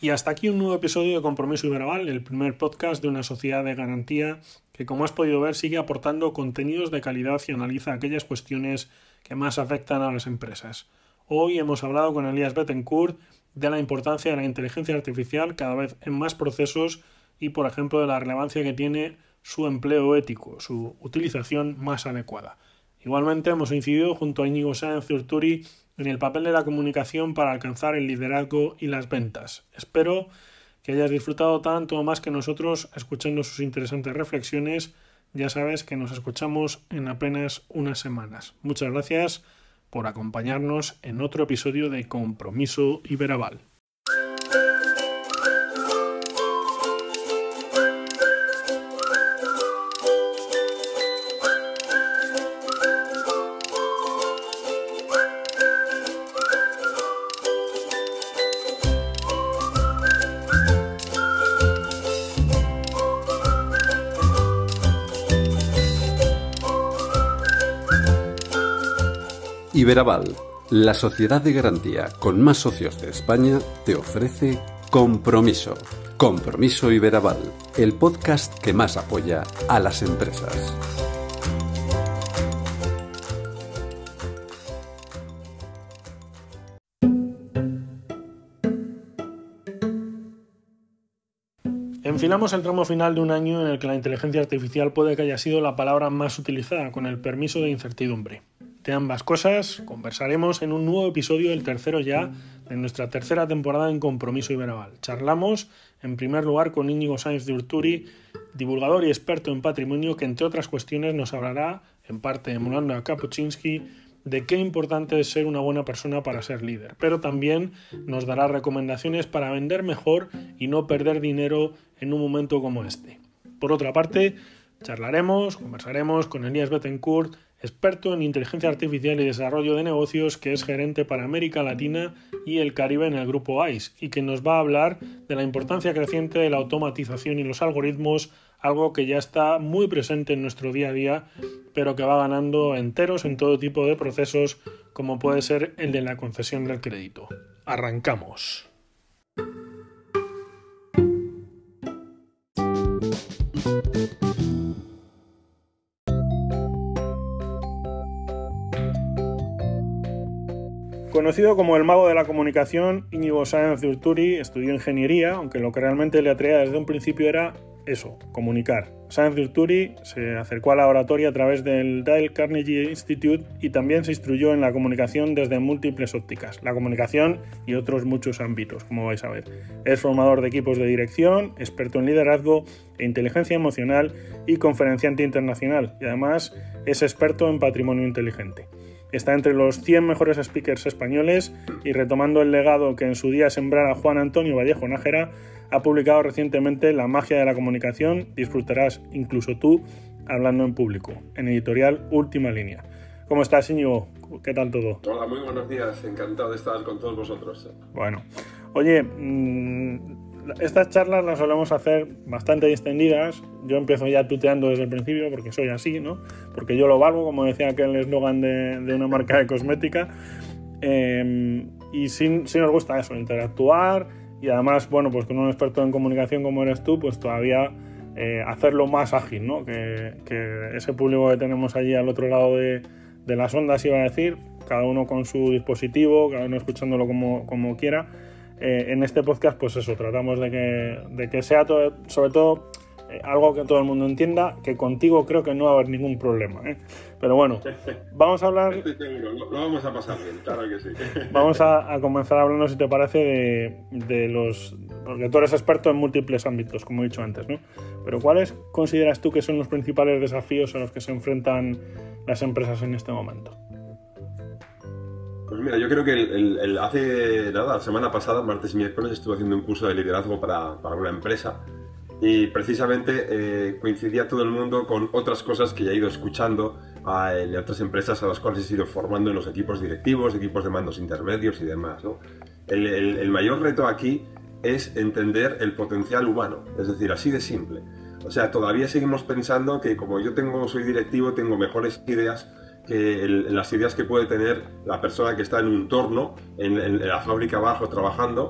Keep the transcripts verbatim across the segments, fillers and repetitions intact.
Y hasta aquí un nuevo episodio de Compromiso Iberabal, el primer podcast de una sociedad de garantía que, como has podido ver, sigue aportando contenidos de calidad y analiza aquellas cuestiones que más afectan a las empresas. Hoy hemos hablado con Elías Bettencourt de la importancia de la inteligencia artificial cada vez en más procesos y, por ejemplo, de la relevancia que tiene su empleo ético, su utilización más adecuada. Igualmente hemos incidido junto a Íñigo Sáenz de Urturi en el papel de la comunicación para alcanzar el liderazgo y las ventas. Espero que hayas disfrutado tanto o más que nosotros escuchando sus interesantes reflexiones. Ya sabes que nos escuchamos en apenas unas semanas. Muchas gracias por acompañarnos en otro episodio de Compromiso Iberabal. Iberabal, la sociedad de garantía con más socios de España, te ofrece Compromiso. Compromiso Iberabal, el podcast que más apoya a las empresas. Enfilamos el tramo final de un año en el que la inteligencia artificial puede que haya sido la palabra más utilizada, con el permiso de incertidumbre. De ambas cosas conversaremos en un nuevo episodio, el tercero ya, de nuestra tercera temporada en Compromiso Iberabal. Charlamos, en primer lugar, con Íñigo Sáenz de Urturi, divulgador y experto en patrimonio, que entre otras cuestiones nos hablará, en parte emulando a Kapuscinski, de qué importante es ser una buena persona para ser líder, pero también nos dará recomendaciones para vender mejor y no perder dinero en un momento como este. Por otra parte, charlaremos, conversaremos con Elías Bettencourt, experto en inteligencia artificial y desarrollo de negocios, que es gerente para América Latina y el Caribe en el grupo I C E, y que nos va a hablar de la importancia creciente de la automatización y los algoritmos, algo que ya está muy presente en nuestro día a día, pero que va ganando enteros en todo tipo de procesos, como puede ser el de la concesión del crédito. ¡Arrancamos! Conocido como el mago de la comunicación, Íñigo Sáenz de Urturi estudió ingeniería, aunque lo que realmente le atraía desde un principio era eso, comunicar. Sáenz de Urturi se acercó a la oratoria a través del Dale Carnegie Institute y también se instruyó en la comunicación desde múltiples ópticas, la comunicación y otros muchos ámbitos, como vais a ver. Es formador de equipos de dirección, experto en liderazgo e inteligencia emocional y conferenciante internacional, y además es experto en patrimonio inteligente. Está entre los cien mejores speakers españoles y, retomando el legado que en su día sembrara Juan Antonio Vallejo Nájera, ha publicado recientemente La magia de la comunicación. Disfrutarás incluso tú hablando en público, en editorial Última Línea. ¿Cómo estás, Íñigo? ¿Qué tal todo? Hola, muy buenos días. Encantado de estar con todos vosotros. Bueno, oye, mmm, estas charlas las solemos hacer bastante distendidas. Yo empiezo ya tuteando desde el principio porque soy así, ¿no? Porque yo lo valgo, como decía aquel eslogan de, de una marca de cosmética. Eh, y sí, sí nos gusta eso, interactuar y además, bueno, pues con un experto en comunicación como eres tú, pues todavía eh, hacerlo más ágil, ¿no? Que, que ese público que tenemos allí al otro lado de, de las ondas, iba a decir, cada uno con su dispositivo, cada uno escuchándolo como, como quiera. Eh, en este podcast, pues eso, tratamos de que, de que sea todo, sobre todo eh, algo que todo el mundo entienda, que contigo creo que no va a haber ningún problema, ¿eh? Pero bueno, vamos a hablar... Estoy seguro, lo, lo vamos a pasar bien, claro que sí. Vamos a, a comenzar hablando, si te parece, de, de los... Porque tú eres experto en múltiples ámbitos, como he dicho antes, ¿no? Pero ¿cuáles consideras tú que son los principales desafíos a los que se enfrentan las empresas en este momento? Pues mira, yo creo que el, el, el hace nada, la semana pasada, martes y miércoles, estuve haciendo un curso de liderazgo para, para una empresa y precisamente eh, coincidía todo el mundo con otras cosas que ya he ido escuchando a, en otras empresas a las cuales he ido formando en los equipos directivos, equipos de mandos intermedios y demás, ¿no? El, el, el mayor reto aquí es entender el potencial humano, es decir, así de simple. O sea, todavía seguimos pensando que como yo tengo, soy directivo, tengo mejores ideas que el, las ideas que puede tener la persona que está en un torno, en, en, en la fábrica abajo trabajando,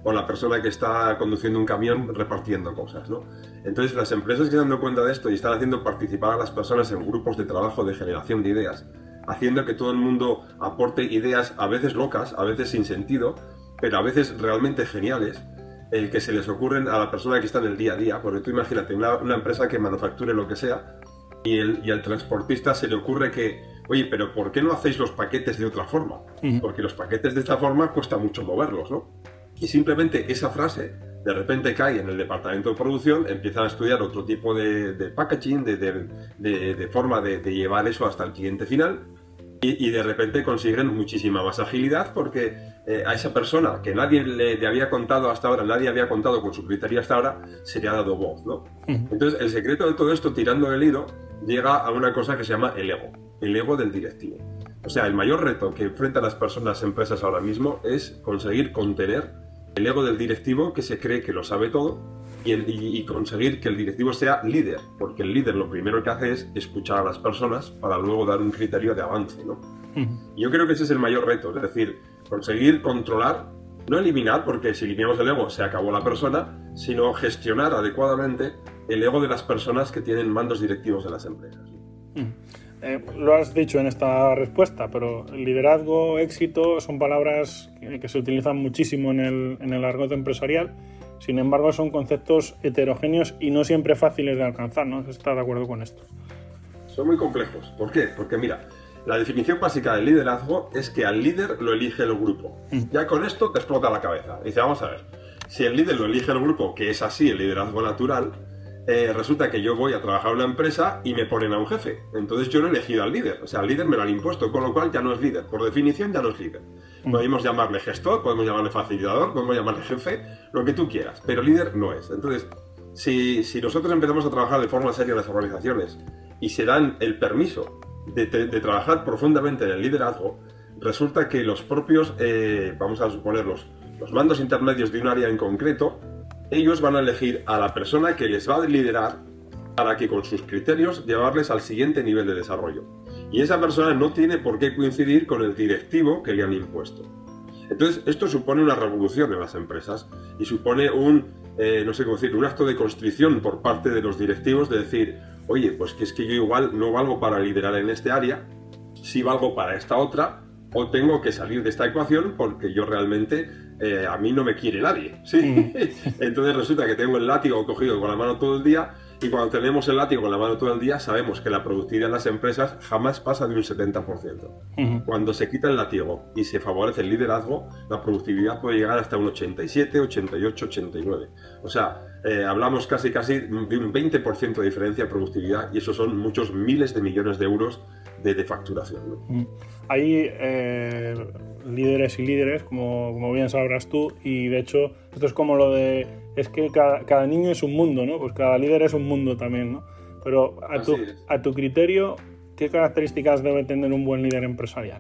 o la persona que está conduciendo un camión repartiendo cosas, ¿no? Entonces, las empresas que se han dado cuenta de esto y están haciendo participar a las personas en grupos de trabajo de generación de ideas, haciendo que todo el mundo aporte ideas a veces locas, a veces sin sentido, pero a veces realmente geniales, el que se les ocurren a la persona que está en el día a día, porque tú imagínate una, una empresa que manufacture lo que sea y, el, y al transportista se le ocurre que, oye, pero ¿por qué no hacéis los paquetes de otra forma? Uh-huh. Porque los paquetes de esta forma cuesta mucho moverlos, ¿no? Y simplemente esa frase de repente cae en el departamento de producción, empiezan a estudiar otro tipo de, de packaging, de, de, de, de forma de, de llevar eso hasta el cliente final. Y, y de repente consiguen muchísima más agilidad porque eh, a esa persona que nadie le, le había contado hasta ahora, nadie había contado con su criterio hasta ahora, se le ha dado voz, ¿no? Uh-huh. Entonces, el secreto de todo esto, tirando del hilo, llega a una cosa que se llama el ego, el ego del directivo. O sea, el mayor reto que enfrentan las personas, las empresas ahora mismo, es conseguir contener el ego del directivo que se cree que lo sabe todo y, el, y, y conseguir que el directivo sea líder, porque el líder lo primero que hace es escuchar a las personas para luego dar un criterio de avance, ¿no? Uh-huh. Yo creo que ese es el mayor reto, es decir, conseguir controlar, no eliminar, porque si eliminamos el ego se acabó la persona, sino gestionar adecuadamente el ego de las personas que tienen mandos directivos de las empresas. Uh-huh. Eh, lo has dicho en esta respuesta, pero liderazgo, éxito son palabras que, que se utilizan muchísimo en el, en el argot empresarial. Sin embargo, son conceptos heterogéneos y no siempre fáciles de alcanzar, ¿no? ¿Estás de acuerdo con esto? Son muy complejos. ¿Por qué? Porque mira, la definición básica del liderazgo es que al líder lo elige el grupo. Mm. Ya con esto te explota la cabeza. Dice, vamos a ver, si el líder lo elige el grupo, que es así el liderazgo natural, eh, resulta que yo voy a trabajar en una empresa y me ponen a un jefe. Entonces yo no he elegido al líder. O sea, al líder me lo han impuesto, con lo cual ya no es líder. Por definición ya no es líder. Mm. Podemos llamarle gestor, podemos llamarle facilitador, podemos llamarle jefe, lo que tú quieras, pero líder no es. Entonces, si, si nosotros empezamos a trabajar de forma seria en las organizaciones y se dan el permiso de, de, de trabajar profundamente en el liderazgo, resulta que los propios, eh, vamos a suponer, los, los mandos intermedios de un área en concreto, ellos van a elegir a la persona que les va a liderar para que con sus criterios llevarles al siguiente nivel de desarrollo. Y esa persona no tiene por qué coincidir con el directivo que le han impuesto. Entonces, esto supone una revolución en las empresas y supone un, eh, no sé cómo decir, un acto de constricción por parte de los directivos de decir, oye, pues que es que yo igual no valgo para liderar en este área, sí valgo para esta otra, o tengo que salir de esta ecuación porque yo realmente, eh, a mí no me quiere nadie, ¿sí? Mm. Entonces resulta que tengo el látigo cogido con la mano todo el día y cuando tenemos el látigo con la mano todo el día sabemos que la productividad en las empresas jamás pasa de un setenta por ciento. Uh-huh. Cuando se quita el látigo y se favorece el liderazgo, la productividad puede llegar hasta un ochenta y siete, ochenta y ocho, ochenta y nueve. O sea, eh, hablamos casi casi de un veinte por ciento de diferencia de productividad y eso son muchos miles de millones de euros de, de facturación, ¿no? Hay eh, líderes y líderes, como, como bien sabrás tú, y de hecho esto es como lo de, es que cada, cada niño es un mundo, ¿no? Pues cada líder es un mundo también, ¿no? Pero a tu, a tu criterio, ¿qué características debe tener un buen líder empresarial?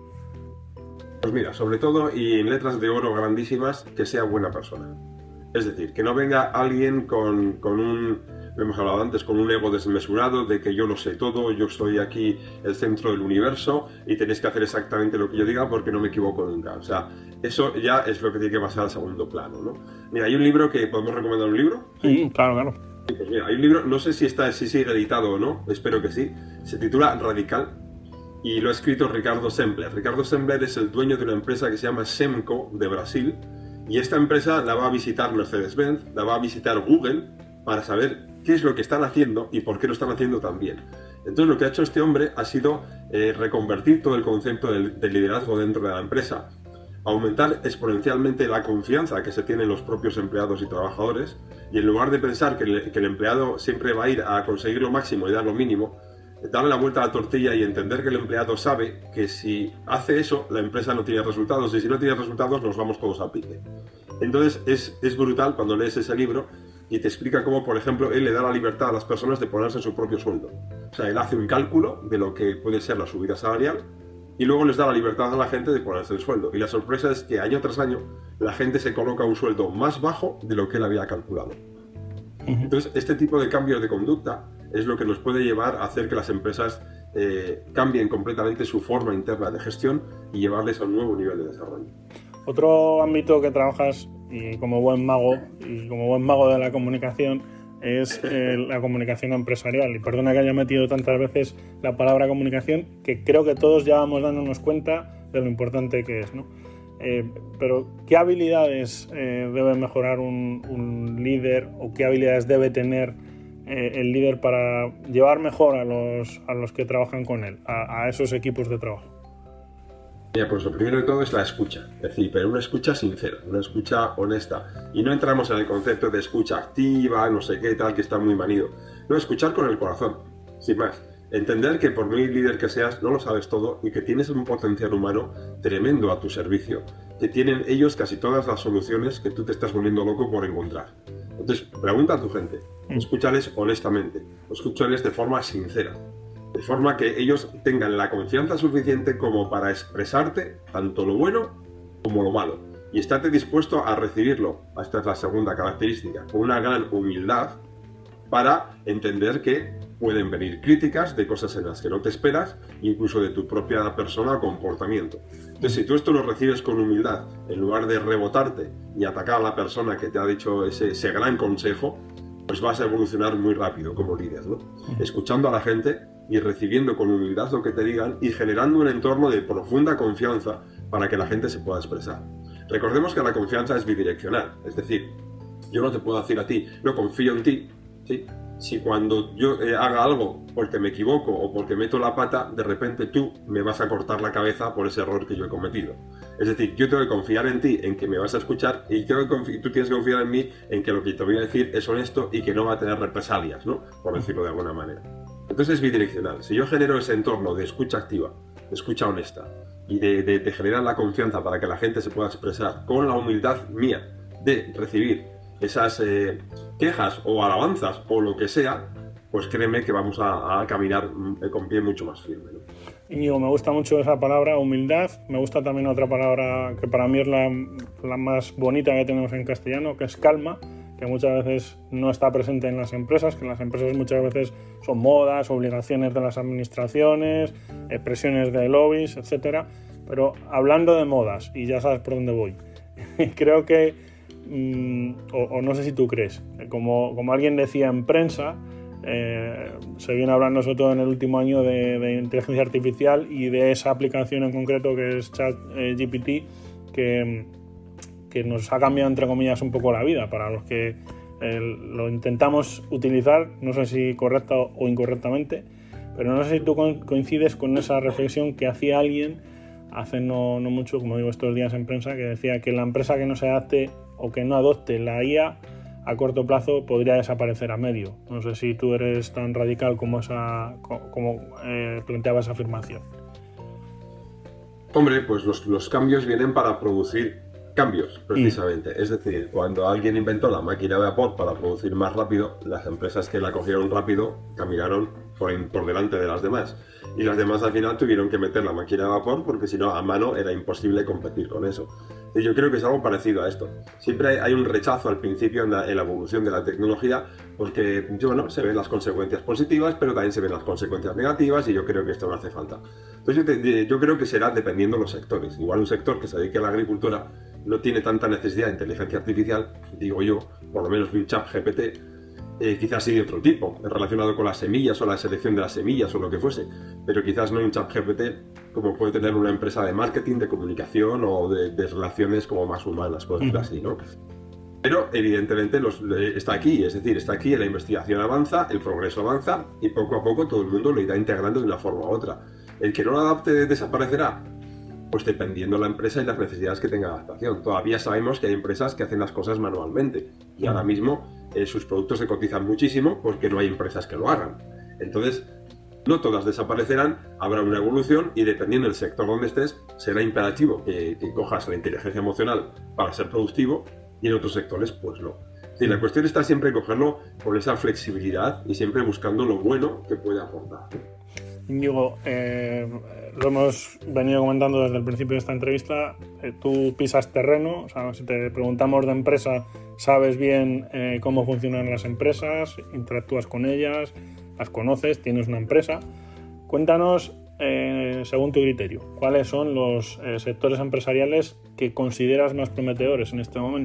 Pues mira, sobre todo, y en letras de oro grandísimas, que sea buena persona. Es decir, que no venga alguien con, con un, lo hemos hablado antes, con un ego desmesurado de que yo lo sé todo, yo soy aquí el centro del universo y tenéis que hacer exactamente lo que yo diga porque no me equivoco nunca. O sea, eso ya es lo que tiene que pasar al segundo plano, ¿no? Mira, hay un libro que, ¿podemos recomendar un libro? Sí, claro, claro. Pues mira, hay un libro, no sé si está, si sigue editado o no, espero que sí, se titula Radical y lo ha escrito Ricardo Sembler. Ricardo Sembler es el dueño de una empresa que se llama Semco de Brasil. Y esta empresa la va a visitar Mercedes-Benz, la va a visitar Google para saber qué es lo que están haciendo y por qué lo están haciendo tan bien. Entonces lo que ha hecho este hombre ha sido eh, reconvertir todo el concepto del, del liderazgo dentro de la empresa, aumentar exponencialmente la confianza que se tienen los propios empleados y trabajadores y en lugar de pensar que el, que el empleado siempre va a ir a conseguir lo máximo y dar lo mínimo, darle la vuelta a la tortilla y entender que el empleado sabe que si hace eso, la empresa no tiene resultados y si no tiene resultados nos vamos todos a pique. Entonces es, es brutal cuando lees ese libro y te explica cómo, por ejemplo, él le da la libertad a las personas de ponerse su propio sueldo. O sea, él hace un cálculo de lo que puede ser la subida salarial y luego les da la libertad a la gente de ponerse el sueldo. Y la sorpresa es que año tras año la gente se coloca un sueldo más bajo de lo que él había calculado. Entonces, este tipo de cambios de conducta es lo que nos puede llevar a hacer que las empresas eh, cambien completamente su forma interna de gestión y llevarles a un nuevo nivel de desarrollo. Otro ámbito que trabajas y como buen mago, y como buen mago de la comunicación, es eh, la comunicación empresarial. Y perdona que haya metido tantas veces la palabra comunicación, que creo que todos ya vamos dándonos cuenta de lo importante que es, ¿no? Eh, pero, ¿qué habilidades eh, debe mejorar un, un líder o qué habilidades debe tener eh, el líder para llevar mejor a los, a los que trabajan con él, a, a esos equipos de trabajo? Mira, pues lo primero de todo es la escucha, es decir, pero una escucha sincera, una escucha honesta. Y no entramos en el concepto de escucha activa, no sé qué tal, que está muy manido. No, escuchar con el corazón, sin más. Entender que por muy líder que seas, no lo sabes todo y que tienes un potencial humano tremendo a tu servicio, que tienen ellos casi todas las soluciones que tú te estás volviendo loco por encontrar. Entonces, pregunta a tu gente, escúchales honestamente, escúchales de forma sincera, de forma que ellos tengan la confianza suficiente como para expresarte tanto lo bueno como lo malo. Y estate dispuesto a recibirlo, esta es la segunda característica, con una gran humildad para entender que pueden venir críticas de cosas en las que no te esperas, incluso de tu propia persona o comportamiento. Entonces, si tú esto lo recibes con humildad, en lugar de rebotarte y atacar a la persona que te ha dicho ese, ese gran consejo, pues vas a evolucionar muy rápido como líder, ¿no? Escuchando a la gente y recibiendo con humildad lo que te digan y generando un entorno de profunda confianza para que la gente se pueda expresar. Recordemos que la confianza es bidireccional, es decir, yo no te puedo decir a ti, no confío en ti, ¿sí? Si cuando yo eh, haga algo porque me equivoco o porque meto la pata, de repente tú me vas a cortar la cabeza por ese error que yo he cometido. Es decir, yo tengo que confiar en ti, en que me vas a escuchar, y tengo que tú tienes que confiar en mí, en que lo que te voy a decir es honesto y que no va a tener represalias, ¿no? Por decirlo de alguna manera. Entonces es bidireccional. Si yo genero ese entorno de escucha activa, de escucha honesta, y de, de, de generar la confianza para que la gente se pueda expresar con la humildad mía de recibir esas eh, quejas o alabanzas o lo que sea, pues créeme que vamos a, a caminar con pie mucho más firme, ¿no? Íñigo, me gusta mucho esa palabra, humildad. Me gusta también otra palabra que para mí es la, la más bonita que tenemos en castellano, que es calma, que muchas veces no está presente en las empresas, que en las empresas muchas veces son modas, obligaciones de las administraciones, presiones de lobbies, etcétera. Pero hablando de modas, y ya sabes por dónde voy, creo que O, o no sé si tú crees, como, como alguien decía en prensa, eh, se viene hablando sobre todo en el último año de, de inteligencia artificial y de esa aplicación en concreto que es ChatGPT, que, que nos ha cambiado entre comillas un poco la vida para los que eh, lo intentamos utilizar, no sé si correcta o incorrectamente, pero no sé si tú coincides con esa reflexión que hacía alguien hace no, no mucho, como digo, estos días en prensa, que decía que la empresa que no se adapte o que no adopte la I A a corto plazo podría desaparecer a medio. No sé si tú eres tan radical como, esa, como eh, planteaba esa afirmación. Hombre, pues los, los cambios vienen para producir cambios, precisamente. Mm. Es decir, cuando alguien inventó la máquina de vapor para producir más rápido, las empresas que la cogieron rápido caminaron por, por delante de las demás. Y las demás al final tuvieron que meter la máquina de vapor porque si no, a mano era imposible competir con eso. Y yo creo que es algo parecido a esto. Siempre hay, hay un rechazo al principio en la, en la evolución de la tecnología porque, bueno, se ven las consecuencias positivas, pero también se ven las consecuencias negativas y yo creo que esto no hace falta. Entonces yo, te, yo creo que será dependiendo de los sectores. Igual un sector que se dedique a la agricultura no tiene tanta necesidad de inteligencia artificial, digo yo, por lo menos un ChatGPT, eh, quizás sí de otro tipo, relacionado con las semillas o la selección de las semillas o lo que fuese, pero quizás no un ChatGPT como puede tener una empresa de marketing, de comunicación o de, de relaciones como más humanas, por decirlo así, ¿no? Pero evidentemente los, está aquí, es decir, está aquí, la investigación avanza, el progreso avanza y poco a poco todo el mundo lo irá integrando de una forma u otra. El que no lo adapte desaparecerá, pues dependiendo de la empresa y las necesidades que tenga adaptación. Todavía sabemos que hay empresas que hacen las cosas manualmente y ahora mismo eh, sus productos se cotizan muchísimo porque no hay empresas que lo hagan. Entonces, no todas desaparecerán, habrá una evolución y dependiendo del sector donde estés, será imperativo que, que cojas la inteligencia emocional para ser productivo y en otros sectores, pues no. Es decir, la cuestión está siempre en cogerlo con esa flexibilidad y siempre buscando lo bueno que puede aportar. Íñigo, eh, lo hemos venido comentando desde el principio de esta entrevista, eh, tú pisas terreno, o sea, si te preguntamos de empresa, sabes bien eh, cómo funcionan las empresas, interactúas con ellas, las conoces, tienes una empresa. Cuéntanos, eh, según tu criterio, ¿cuáles son los eh, sectores empresariales que consideras más prometedores en este momento?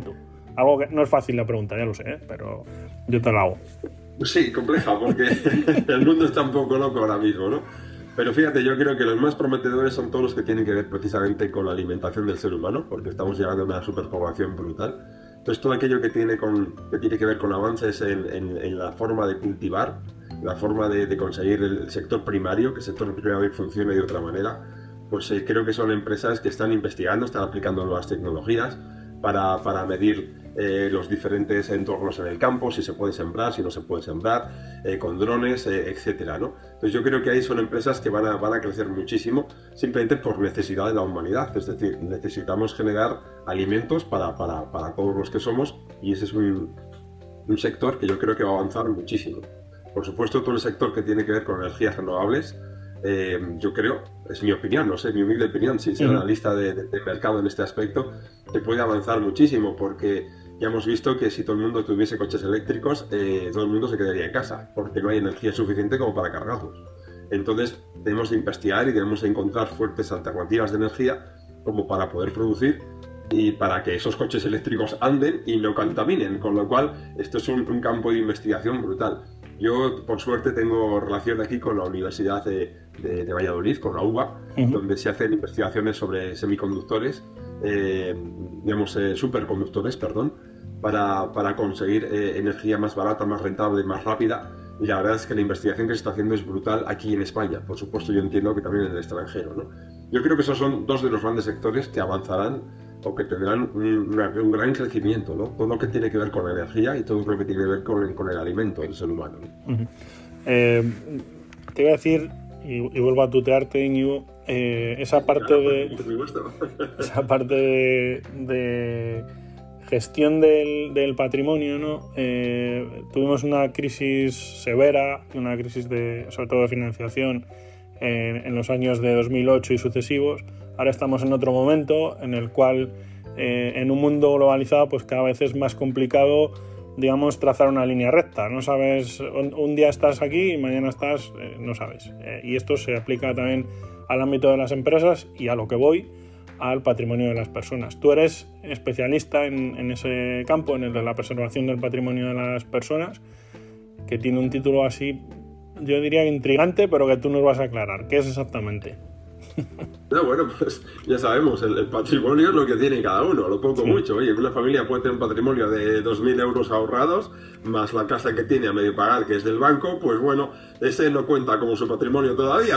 Algo que no es fácil la pregunta, ya lo sé, ¿eh? Pero yo te la hago. Sí, compleja, porque el mundo está un poco loco ahora mismo, ¿no? Pero fíjate, yo creo que los más prometedores son todos los que tienen que ver precisamente con la alimentación del ser humano, porque estamos llegando a una superpoblación brutal. Entonces, todo aquello que tiene, con, que, tiene que ver con avances en, en, en la forma de cultivar, la forma de, de conseguir el sector primario, que el sector primario funcione de otra manera, pues eh, creo que son empresas que están investigando, están aplicando nuevas tecnologías para, para medir eh, los diferentes entornos en el campo, si se puede sembrar, si no se puede sembrar, eh, con drones, eh, etcétera, ¿no? Entonces yo creo que ahí son empresas que van a, van a crecer muchísimo simplemente por necesidad de la humanidad, es decir, necesitamos generar alimentos para, para, para todos los que somos y ese es un, un sector que yo creo que va a avanzar muchísimo. Por supuesto, todo el sector que tiene que ver con energías renovables, eh, yo creo, es mi opinión, no sé, mi humilde opinión, sin ser analista de, de, de mercado en este aspecto, que puede avanzar muchísimo porque ya hemos visto que si todo el mundo tuviese coches eléctricos, eh, todo el mundo se quedaría en casa, porque no hay energía suficiente como para cargarlos. Entonces, tenemos que investigar y tenemos que encontrar fuertes alternativas de energía como para poder producir y para que esos coches eléctricos anden y no contaminen, con lo cual esto es un, un campo de investigación brutal. Yo, por suerte, tengo relación aquí con la Universidad de, de, de Valladolid, con la U B A, uh-huh. donde se hacen investigaciones sobre semiconductores, eh, digamos, eh, superconductores, perdón, para, para conseguir eh, energía más barata, más rentable, más rápida. Y la verdad es que la investigación que se está haciendo es brutal aquí en España. Por supuesto, yo entiendo que también en el extranjero, ¿no? Yo creo que esos son dos de los grandes sectores que avanzarán o que tendrán un, una, un gran crecimiento, ¿no? Todo lo que tiene que ver con la energía y todo lo que tiene que ver con, con el alimento del ser humano, ¿no? Uh-huh. eh, te iba a decir, y, y vuelvo a tutearte, Íñigo, eh, esa parte claro, de esa parte de, de gestión del, del patrimonio, ¿no? Eh, tuvimos una crisis severa, una crisis de, sobre todo de financiación en, en los años de dos mil ocho y sucesivos. Ahora estamos en otro momento en el cual eh, en un mundo globalizado pues cada vez es más complicado, digamos, trazar una línea recta. No sabes, un, un día estás aquí y mañana estás, eh, no sabes. Eh, y esto se aplica también al ámbito de las empresas y a lo que voy, al patrimonio de las personas. Tú eres especialista en, en ese campo, en el de la preservación del patrimonio de las personas, que tiene un título así, yo diría intrigante, pero que tú nos vas a aclarar. ¿Qué es exactamente? No, bueno, pues ya sabemos, el, el patrimonio es lo que tiene cada uno, lo poco o sí. mucho. Oye, una familia puede tener un patrimonio de dos mil euros ahorrados, más la casa que tiene a medio pagar, que es del banco, pues bueno, ese no cuenta como su patrimonio todavía.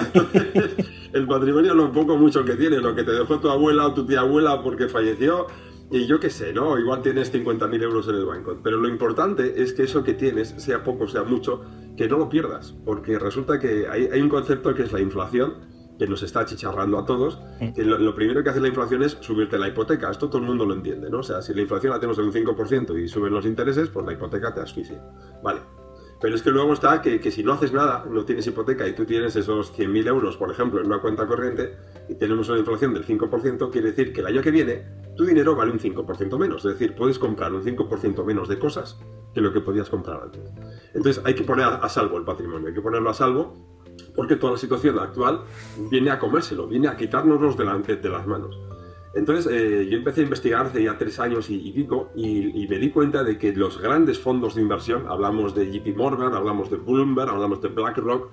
El patrimonio es lo poco o mucho que tiene, lo que te dejó tu abuela o tu tía abuela porque falleció, y yo qué sé, ¿no? Igual tienes cincuenta mil euros en el banco, pero lo importante es que eso que tienes, sea poco, sea mucho, que no lo pierdas, porque resulta que hay, hay un concepto que es la inflación, que nos está achicharrando a todos, que lo, lo primero que hace la inflación es subirte la hipoteca. Esto todo el mundo lo entiende, ¿no? O sea, si la inflación la tenemos en un cinco por ciento y suben los intereses, pues la hipoteca te asfixia. Vale. Pero es que luego está que, que si no haces nada, no tienes hipoteca y tú tienes esos cien mil euros, por ejemplo, en una cuenta corriente y tenemos una inflación del cinco por ciento, quiere decir que el año que viene tu dinero vale un cinco por ciento menos. Es decir, puedes comprar un cinco por ciento menos de cosas que lo que podías comprar antes. Entonces hay que poner a, a salvo el patrimonio, hay que ponerlo a salvo, porque toda la situación actual viene a comérselo, viene a quitárnoslos delante de las manos. Entonces eh, yo empecé a investigar hace ya tres años y, y pico y, y me di cuenta de que los grandes fondos de inversión, hablamos de J P Morgan, hablamos de Bloomberg, hablamos de BlackRock,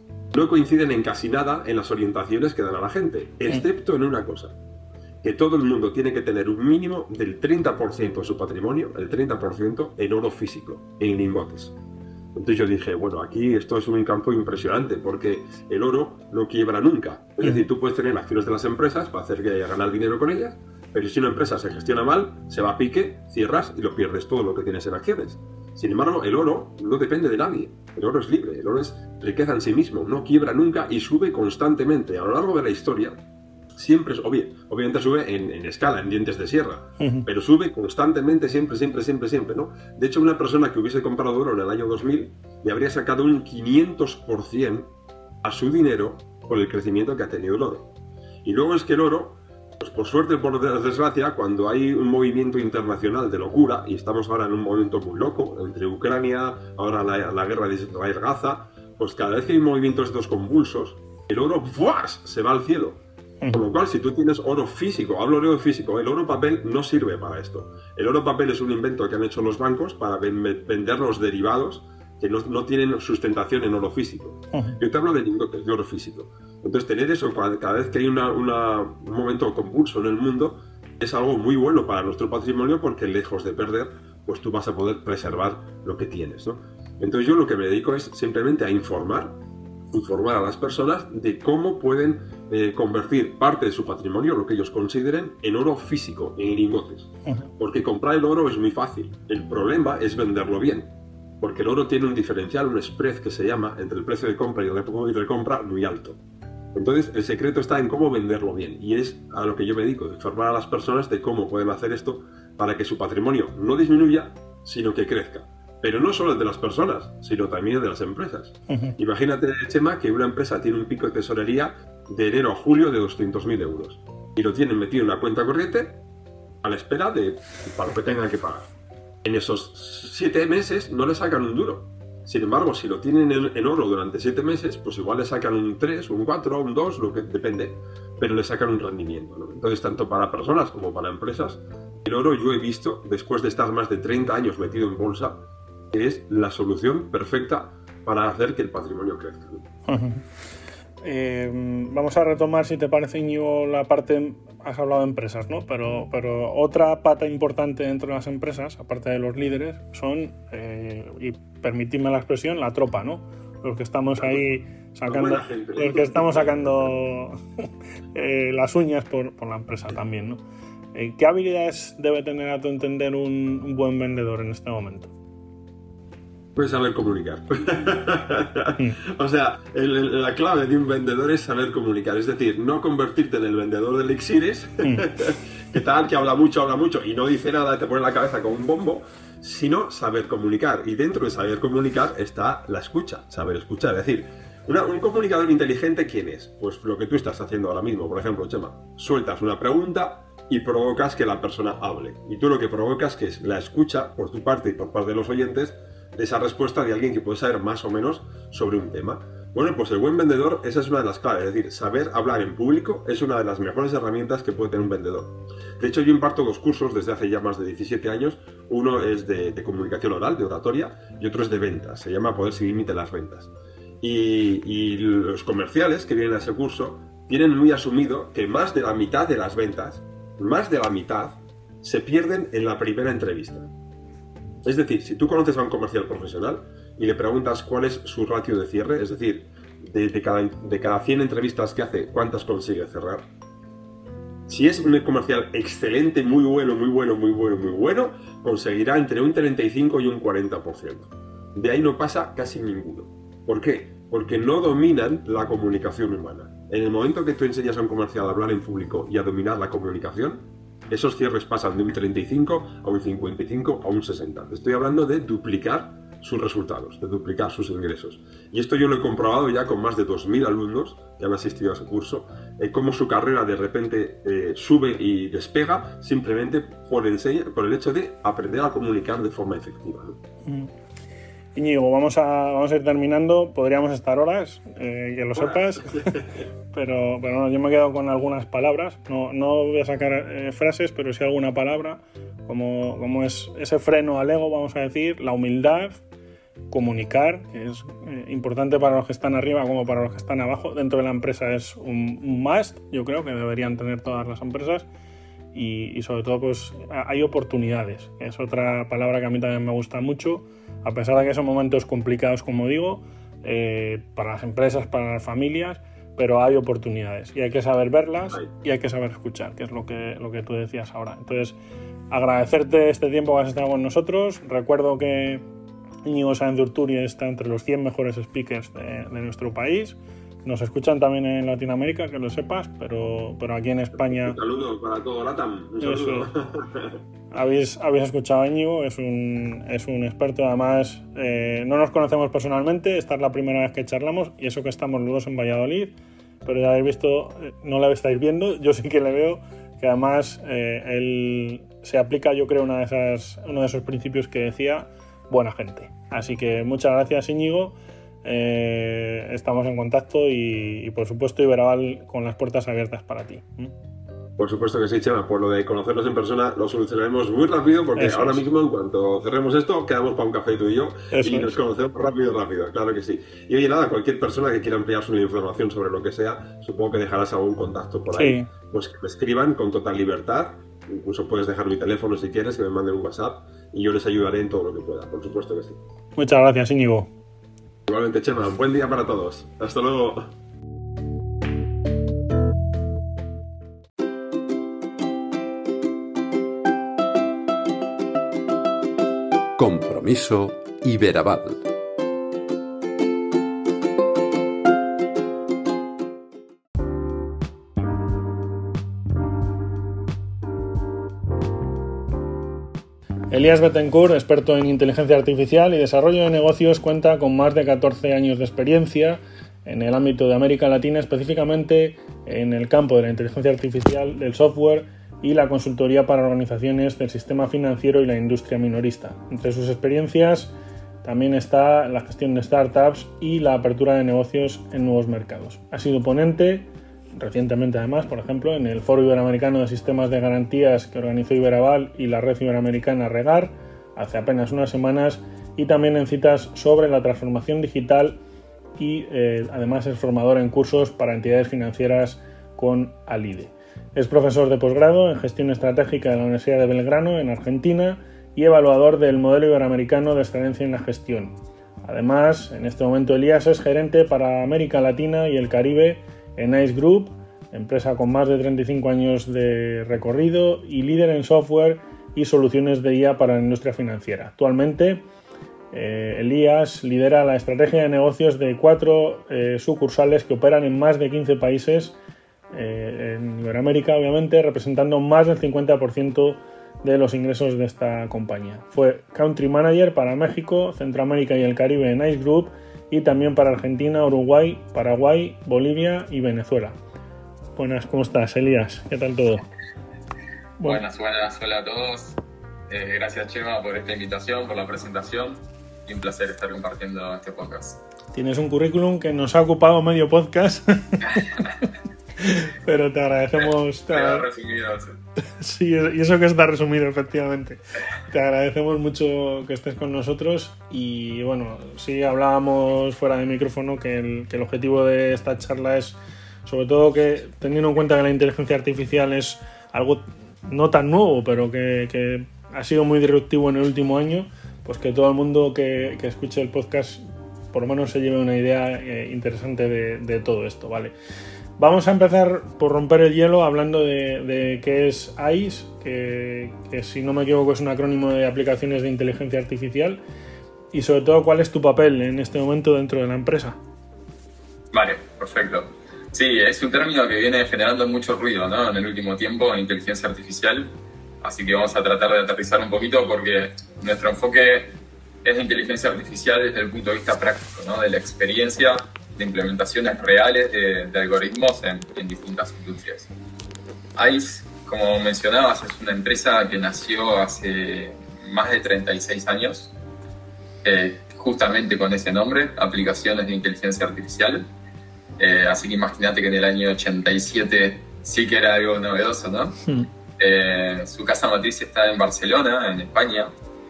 no coinciden en casi nada en las orientaciones que dan a la gente, excepto en una cosa, que todo el mundo tiene que tener un mínimo del treinta por ciento de su patrimonio, el treinta por ciento en oro físico, en lingotes. Entonces yo dije, bueno, aquí esto es un campo impresionante porque el oro no quiebra nunca. Es decir, tú puedes tener acciones de las empresas para hacer que ganar dinero con ellas, pero si una empresa se gestiona mal, se va a pique, cierras y lo pierdes todo lo que tienes en acciones. Sin embargo, el oro no depende de nadie. El oro es libre, el oro es riqueza en sí mismo, no quiebra nunca y sube constantemente. A lo largo de la historia, siempre, obvio, obviamente sube en, en escala, en dientes de sierra, uh-huh. pero sube constantemente, siempre, siempre, siempre, siempre, ¿no? De hecho, una persona que hubiese comprado oro en el año dos mil le habría sacado un quinientos por ciento a su dinero por el crecimiento que ha tenido el oro. Y luego es que el oro, pues por suerte o por desgracia, cuando hay un movimiento internacional de locura, y estamos ahora en un momento muy loco, entre Ucrania, ahora la, la guerra de Israel-Gaza, pues cada vez que hay movimientos estos convulsos, el oro ¡fuas! Se va al cielo. Uh-huh. Con lo cual, si tú tienes oro físico, hablo de oro físico, el oro papel no sirve para esto. El oro papel es un invento que han hecho los bancos para vender los derivados que no, no tienen sustentación en oro físico. Uh-huh. Yo te hablo de lingotes de oro físico. Entonces, tener eso cada vez que hay una, una, un momento convulso en el mundo es algo muy bueno para nuestro patrimonio, porque lejos de perder, pues tú vas a poder preservar lo que tienes, ¿no? Entonces yo lo que me dedico es simplemente a informar, informar a las personas de cómo pueden eh, convertir parte de su patrimonio, lo que ellos consideren, en oro físico, en lingotes. Uh-huh. Porque comprar el oro es muy fácil, el problema es venderlo bien. Porque el oro tiene un diferencial, un spread que se llama, entre el precio de compra y el de compra muy alto. Entonces, el secreto está en cómo venderlo bien, y es a lo que yo me dedico, de informar a las personas de cómo pueden hacer esto para que su patrimonio no disminuya, sino que crezca. Pero no solo el de las personas, sino también el de las empresas. Uh-huh. Imagínate, Chema, que una empresa tiene un pico de tesorería de enero a julio de doscientos mil euros y lo tienen metido en una cuenta corriente a la espera de para lo que tengan que pagar. En esos siete meses no le sacan un duro. Sin embargo, si lo tienen en, en oro durante siete meses, pues igual le sacan un tres, un cuatro, un dos, lo que depende, pero le sacan un rendimiento, ¿no? Entonces, tanto para personas como para empresas, el oro yo he visto, después de estar más de treinta años metido en bolsa, que es la solución perfecta para hacer que el patrimonio crezca, ¿no? Uh-huh. Eh, vamos a retomar, si te parece, Íñigo, la parte, has hablado de empresas, ¿no? Pero, pero otra pata importante dentro de las empresas, aparte de los líderes, son, eh, y permitidme la expresión, la tropa, ¿no? Los que estamos ahí sacando, los que estamos sacando eh, las uñas por, por la empresa también, ¿no? Eh, ¿Qué habilidades debe tener, a tu entender, un, un buen vendedor en este momento? Pues saber comunicar. O sea, el, el, la clave de un vendedor es saber comunicar. Es decir, no convertirte en el vendedor de elixires, que tal, que habla mucho, habla mucho y no dice nada, te pone la cabeza con un bombo, sino saber comunicar. Y dentro de saber comunicar está la escucha, saber escuchar. Es decir, una, un comunicador inteligente, ¿quién es? Pues lo que tú estás haciendo ahora mismo. Por ejemplo, Chema, sueltas una pregunta y provocas que la persona hable. Y tú lo que provocas que es la escucha por tu parte y por parte de los oyentes de esa respuesta de alguien que puede saber más o menos sobre un tema. Bueno, pues el buen vendedor, esa es una de las claves, es decir, saber hablar en público es una de las mejores herramientas que puede tener un vendedor. De hecho, yo imparto dos cursos desde hace ya más de diecisiete años, uno es de, de comunicación oral, de oratoria, y otro es de ventas, se llama Poder sin límite las ventas. Y, y los comerciales que vienen a ese curso tienen muy asumido que más de la mitad de las ventas, más de la mitad, se pierden en la primera entrevista. Es decir, si tú conoces a un comercial profesional y le preguntas cuál es su ratio de cierre, es decir, de, de, cada, de cada cien entrevistas que hace, ¿cuántas consigue cerrar? Si es un comercial excelente, muy bueno, muy bueno, muy bueno, muy bueno, conseguirá entre un treinta y cinco y un cuarenta por ciento. De ahí no pasa casi ninguno. ¿Por qué? Porque no dominan la comunicación humana. En el momento que tú enseñas a un comercial a hablar en público y a dominar la comunicación, esos cierres pasan de un treinta y cinco a un cincuenta y cinco a un sesenta. Te estoy hablando de duplicar sus resultados, de duplicar sus ingresos. Y esto yo lo he comprobado ya con más de dos mil alumnos que han asistido a ese curso, eh, cómo su carrera de repente eh, sube y despega simplemente por el, por el hecho de aprender a comunicar de forma efectiva, ¿no? Mm. Íñigo, vamos a, vamos a ir terminando, podríamos estar horas, eh, que lo sepas, pero, pero no, yo me he quedado con algunas palabras, no, no voy a sacar eh, frases, pero sí alguna palabra, como, como es ese freno al ego, vamos a decir, la humildad, comunicar, que es eh, importante para los que están arriba como para los que están abajo, dentro de la empresa es un, un must, yo creo que deberían tener todas las empresas, y, y sobre todo pues hay oportunidades, que es otra palabra que a mí también me gusta mucho, a pesar de que son momentos complicados, como digo, eh, para las empresas, para las familias, pero hay oportunidades y hay que saber verlas y hay que saber escuchar, que es lo que, lo que tú decías ahora. Entonces, agradecerte este tiempo que has estado con nosotros. Recuerdo que Íñigo Sáenz de Urturi está entre los cien mejores speakers de, de nuestro país. Nos escuchan también en Latinoamérica, que lo sepas, pero, pero aquí en España... Un saludo para todo LATAM. Un saludo. Habéis, habéis escuchado a Íñigo, es un, es un experto, además eh, no nos conocemos personalmente, esta es la primera vez que charlamos y eso que estamos los dos en Valladolid, pero ya habéis visto, no la estáis viendo, yo sí que le veo, que además eh, él se aplica, yo creo, una de esas, uno de esos principios que decía, buena gente. Así que muchas gracias, Íñigo. eh, estamos en contacto y, y, por supuesto, Iberaval con las puertas abiertas para ti. ¿Mm? Por supuesto que sí, Chema. Por lo de conocernos en persona lo solucionaremos muy rápido porque Eso ahora es. mismo, en cuanto cerremos esto, quedamos para un café tú y yo Eso y nos es. conocemos rápido, rápido. Claro que sí. Y oye, nada, cualquier persona que quiera ampliar su información sobre lo que sea, supongo que dejarás algún contacto por ahí. Sí. Pues que me escriban con total libertad. Incluso puedes dejar mi teléfono si quieres, que me manden un WhatsApp y yo les ayudaré en todo lo que pueda. Por supuesto que sí. Muchas gracias, Íñigo. Igualmente, Chema. Buen día para todos. Hasta luego. Compromiso Iberaval. Elías Bettencourt, experto en inteligencia artificial y desarrollo de negocios, cuenta con más de catorce años de experiencia en el ámbito de América Latina, específicamente en el campo de la inteligencia artificial, del software y la consultoría para organizaciones del sistema financiero y la industria minorista. Entre sus experiencias también está la gestión de startups y la apertura de negocios en nuevos mercados. Ha sido ponente, recientemente además, por ejemplo, en el Foro Iberoamericano de Sistemas de Garantías que organizó Iberaval y la Red Iberoamericana Regar hace apenas unas semanas, y también en citas sobre la transformación digital y eh, además es formador en cursos para entidades financieras con Alide. Es profesor de posgrado en Gestión Estratégica de la Universidad de Belgrano, en Argentina, y evaluador del modelo iberoamericano de excelencia en la gestión. Además, en este momento Elías es gerente para América Latina y el Caribe en ICE Group, empresa con más de treinta y cinco años de recorrido y líder en software y soluciones de I A para la industria financiera. Actualmente, eh, Elías lidera la estrategia de negocios de cuatro eh, sucursales que operan en más de quince países Eh, en Iberoamérica, obviamente, representando más del cincuenta por ciento de los ingresos de esta compañía. Fue Country Manager para México, Centroamérica y el Caribe en ICE Group y también para Argentina, Uruguay, Paraguay, Bolivia y Venezuela. Buenas, ¿cómo estás, Elías? ¿Qué tal todo? Bueno. Buenas, buenas, hola a todos. Eh, gracias, Chema, por esta invitación, por la presentación y un placer estar compartiendo este podcast. Tienes un currículum que nos ha ocupado medio podcast. Pero te agradecemos. Te agrade... resumido, sí, y eso que está resumido, efectivamente. Te agradecemos mucho que estés con nosotros. Y bueno, sí hablábamos fuera de micrófono que el, que el objetivo de esta charla es, sobre todo, que teniendo en cuenta que la inteligencia artificial es algo no tan nuevo, pero que, que ha sido muy disruptivo en el último año, pues que todo el mundo que, que escuche el podcast por lo menos se lleve una idea eh, interesante de, de todo esto, ¿vale? Vamos a empezar por romper el hielo hablando de, de qué es ICE, que, que si no me equivoco es un acrónimo de aplicaciones de inteligencia artificial, y sobre todo cuál es tu papel en este momento dentro de la empresa. Vale, perfecto. Sí, es un término que viene generando mucho ruido, ¿no?, en el último tiempo en inteligencia artificial, así que vamos a tratar de aterrizar un poquito porque nuestro enfoque es de inteligencia artificial desde el punto de vista práctico, ¿no?, de la experiencia de implementaciones reales de, de algoritmos en, en distintas industrias. ICE, como mencionabas, es una empresa que nació hace más de treinta y seis años, eh, justamente con ese nombre, Aplicaciones de Inteligencia Artificial. Eh, así que imagínate que en el año ochenta y siete sí que era algo novedoso, ¿no? Mm. Eh, su casa matriz está en Barcelona, en España,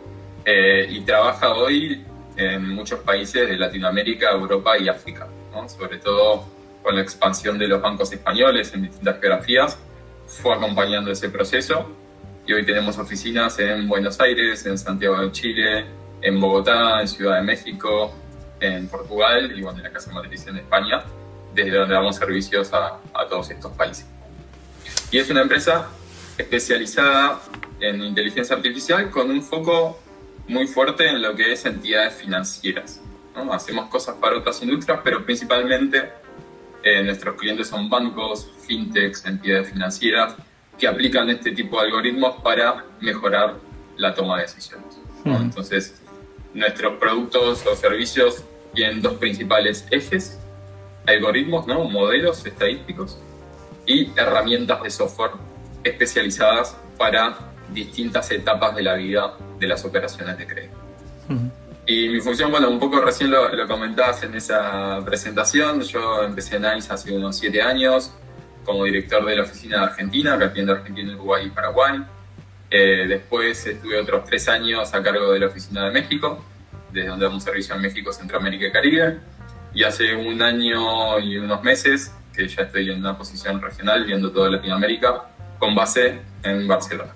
eh, y trabaja hoy en muchos países de Latinoamérica, Europa y África, ¿no? Sobre todo con la expansión de los bancos españoles en distintas geografías, fue acompañando ese proceso y hoy tenemos oficinas en Buenos Aires, en Santiago de Chile, en Bogotá, en Ciudad de México, en Portugal y bueno, en la casa matriz en España, desde donde damos servicios a, a todos estos países. Y es una empresa especializada en inteligencia artificial con un foco muy fuerte en lo que es entidades financieras, ¿no? Hacemos cosas para otras industrias, pero principalmente eh, nuestros clientes son bancos, fintechs, entidades financieras que aplican este tipo de algoritmos para mejorar la toma de decisiones, ¿no? Mm. Entonces, nuestros productos o servicios tienen dos principales ejes: algoritmos, ¿no?, modelos estadísticos, y herramientas de software especializadas para distintas etapas de la vida de las operaciones de crédito. Y mi función, bueno, un poco recién lo, lo comentabas en esa presentación. Yo empecé en NICE hace unos siete años como director de la oficina de Argentina, que atiende Argentina, Uruguay y Paraguay. Eh, después estuve otros tres años a cargo de la oficina de México, desde donde damos servicio a México, Centroamérica y Caribe. Y hace un año y unos meses que ya estoy en una posición regional viendo toda Latinoamérica con base en Barcelona.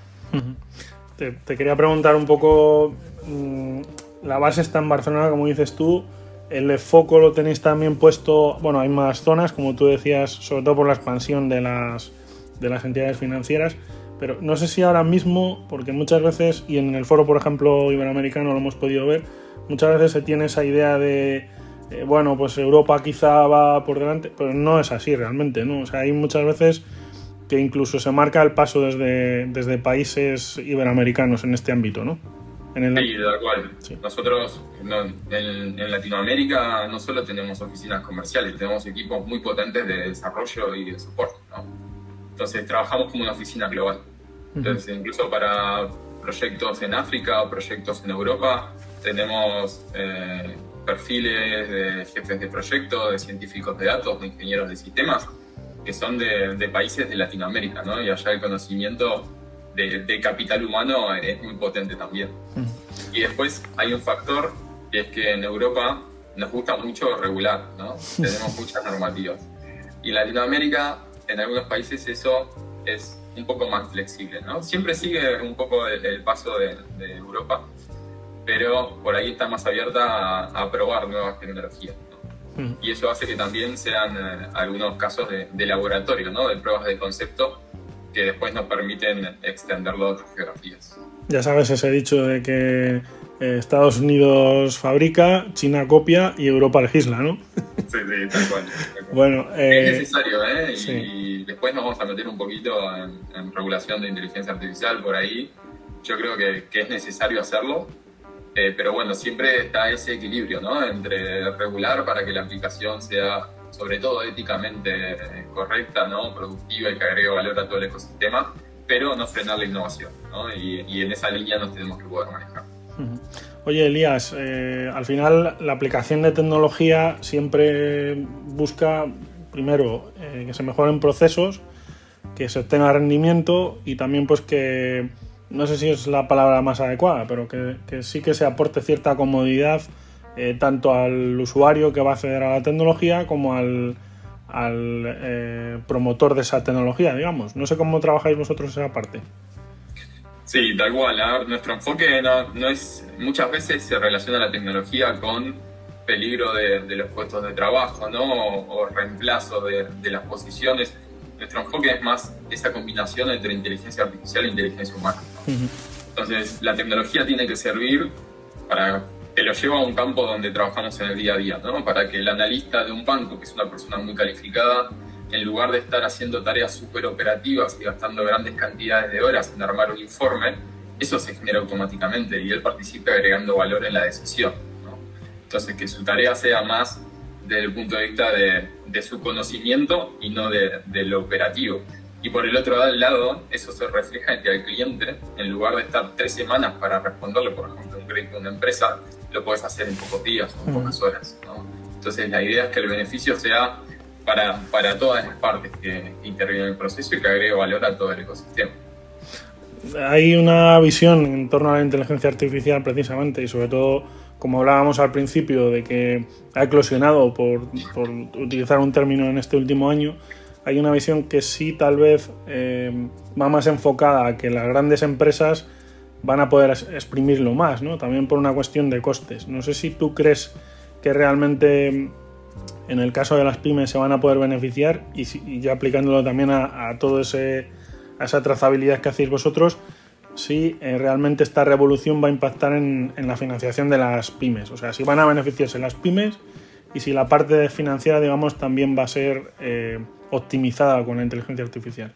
Te, te quería preguntar un poco, mmm, la base está en Barcelona, como dices tú, el foco lo tenéis también puesto, bueno, hay más zonas, como tú decías, sobre todo por la expansión de las, de las entidades financieras, pero no sé si ahora mismo, porque muchas veces, y en el foro, por ejemplo, iberoamericano lo hemos podido ver, muchas veces se tiene esa idea de, eh, bueno, pues Europa quizá va por delante, pero no es así realmente, ¿no? O sea, hay muchas veces que incluso se marca el paso desde, desde países iberoamericanos en este ámbito, ¿no? En el... Sí, tal cual. Sí. Nosotros no, en, en Latinoamérica no solo tenemos oficinas comerciales, tenemos equipos muy potentes de desarrollo y de soporte, ¿no? Entonces trabajamos como una oficina global. Entonces, uh-huh. incluso para proyectos en África o proyectos en Europa, tenemos eh, perfiles de jefes de proyectos, de científicos de datos, de ingenieros de sistemas, que son de, de países de Latinoamérica, ¿no? Y allá el conocimiento de, de capital humano es muy potente también. Uh-huh. Y después hay un factor, que es que en Europa nos gusta mucho regular, ¿no? Tenemos muchas normativas. Y en Latinoamérica, en algunos países eso es un poco más flexible, ¿no? Siempre sigue un poco el, el paso de, de Europa, pero por ahí está más abierta a, a probar nuevas tecnologías, ¿no? Mm. Y eso hace que también sean eh, algunos casos de, de laboratorio, ¿no? De pruebas de concepto que después nos permiten extenderlo a otras geografías. Ya sabes ese dicho de que eh, Estados Unidos fabrica, China copia y Europa legisla, ¿no? Sí, sí, tal cual. Tal cual. Bueno, eh, es necesario, ¿eh? Sí. Y después nos vamos a meter un poquito en, en regulación de inteligencia artificial por ahí. Yo creo que, que es necesario hacerlo, eh, pero bueno, siempre está ese equilibrio, ¿no? Entre regular para que la aplicación sea, sobre todo éticamente correcta, ¿no? Productiva y que agregue valor a todo el ecosistema, pero no frenar la innovación, ¿no? Y, y en esa línea nos tenemos que poder manejar. Oye, Elías, eh, al final la aplicación de tecnología siempre busca, primero, eh, que se mejoren procesos, que se obtenga rendimiento y también pues que, no sé si es la palabra más adecuada, pero que, que sí que se aporte cierta comodidad eh, tanto al usuario que va a acceder a la tecnología como al, al eh, promotor de esa tecnología, digamos. No sé cómo trabajáis vosotros esa parte. Sí, tal cual. A ver, nuestro enfoque no, no es, muchas veces se relaciona la tecnología con peligro de, de los puestos de trabajo, ¿no? O, o reemplazo de, de las posiciones. Nuestro enfoque es más esa combinación entre inteligencia artificial e inteligencia humana, ¿no? Uh-huh. Entonces, la tecnología tiene que servir para que lo lleve a un campo donde trabajamos en el día a día, ¿no? Para que el analista de un banco, que es una persona muy calificada, en lugar de estar haciendo tareas súper operativas y gastando grandes cantidades de horas en armar un informe, eso se genera automáticamente y él participe agregando valor en la decisión, ¿no? Entonces, que su tarea sea más desde el punto de vista de, de su conocimiento y no de, de lo operativo. Y por el otro lado, eso se refleja en que al cliente, en lugar de estar tres semanas para responderle, por ejemplo, un crédito de una empresa, lo puedes hacer en pocos días o en pocas horas, ¿no? Entonces, la idea es que el beneficio sea Para, para todas las partes que intervienen en el proceso y que agregue valor a todo el ecosistema. Hay una visión en torno a la inteligencia artificial precisamente y sobre todo, como hablábamos al principio, de que ha eclosionado, por, por utilizar un término en este último año, hay una visión que sí tal vez eh, va más enfocada a que las grandes empresas van a poder exprimirlo más, ¿no? También por una cuestión de costes. No sé si tú crees que realmente en el caso de las pymes se van a poder beneficiar y, y ya aplicándolo también a, a todo ese a esa trazabilidad que hacéis vosotros, si eh, realmente esta revolución va a impactar en, en la financiación de las pymes, o sea, si van a beneficiarse las pymes y si la parte financiera, digamos, también va a ser eh, optimizada con la inteligencia artificial.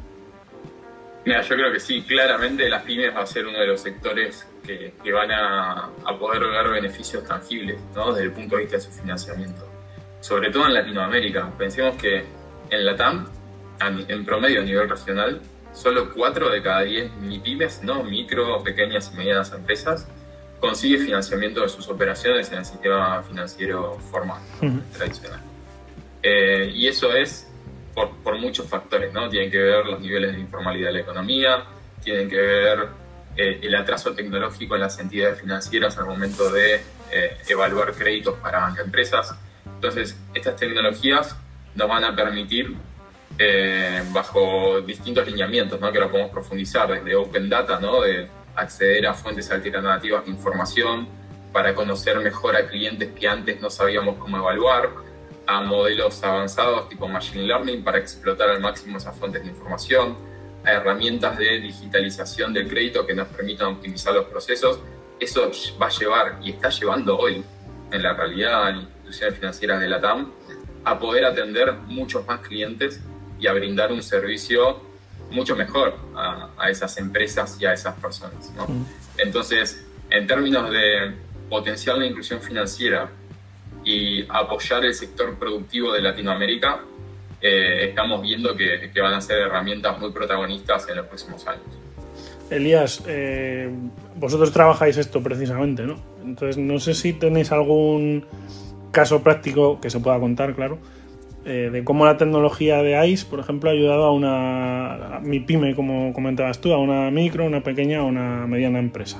Mira, yo creo que sí, claramente las pymes va a ser uno de los sectores que, que van a, a poder lograr beneficios tangibles, ¿no? Desde el punto de vista de su financiamiento. Sobre todo en Latinoamérica. Pensemos que en LATAM, en promedio a nivel regional, solo cuatro de cada diez MIPYMES, ¿no? Micro, pequeñas y medianas empresas, consigue financiamiento de sus operaciones en el sistema financiero formal, uh-huh. tradicional. Eh, y eso es por, por muchos factores, ¿no? Tienen que ver los niveles de informalidad de la economía, tienen que ver eh, el atraso tecnológico en las entidades financieras al momento de eh, evaluar créditos para empresas. Entonces, estas tecnologías nos van a permitir, eh, bajo distintos lineamientos, ¿no? Que lo podemos profundizar, desde Open Data, ¿no? De acceder a fuentes alternativas de información para conocer mejor a clientes que antes no sabíamos cómo evaluar, a modelos avanzados tipo Machine Learning para explotar al máximo esas fuentes de información, a herramientas de digitalización del crédito que nos permitan optimizar los procesos. Eso va a llevar, y está llevando hoy, en la realidad, a las instituciones financieras de la T A M, a poder atender muchos más clientes y a brindar un servicio mucho mejor a, a esas empresas y a esas personas, ¿no? Mm. Entonces, en términos de potenciar la inclusión financiera y apoyar el sector productivo de Latinoamérica, eh, estamos viendo que, que van a ser herramientas muy protagonistas en los próximos años. Elías, eh, vosotros trabajáis esto precisamente, ¿no? Entonces, no sé si tenéis algún caso práctico que se pueda contar, claro, eh, de cómo la tecnología de A I S, por ejemplo, ha ayudado a una a mi pyme, como comentabas tú, a una micro, una pequeña o una mediana empresa.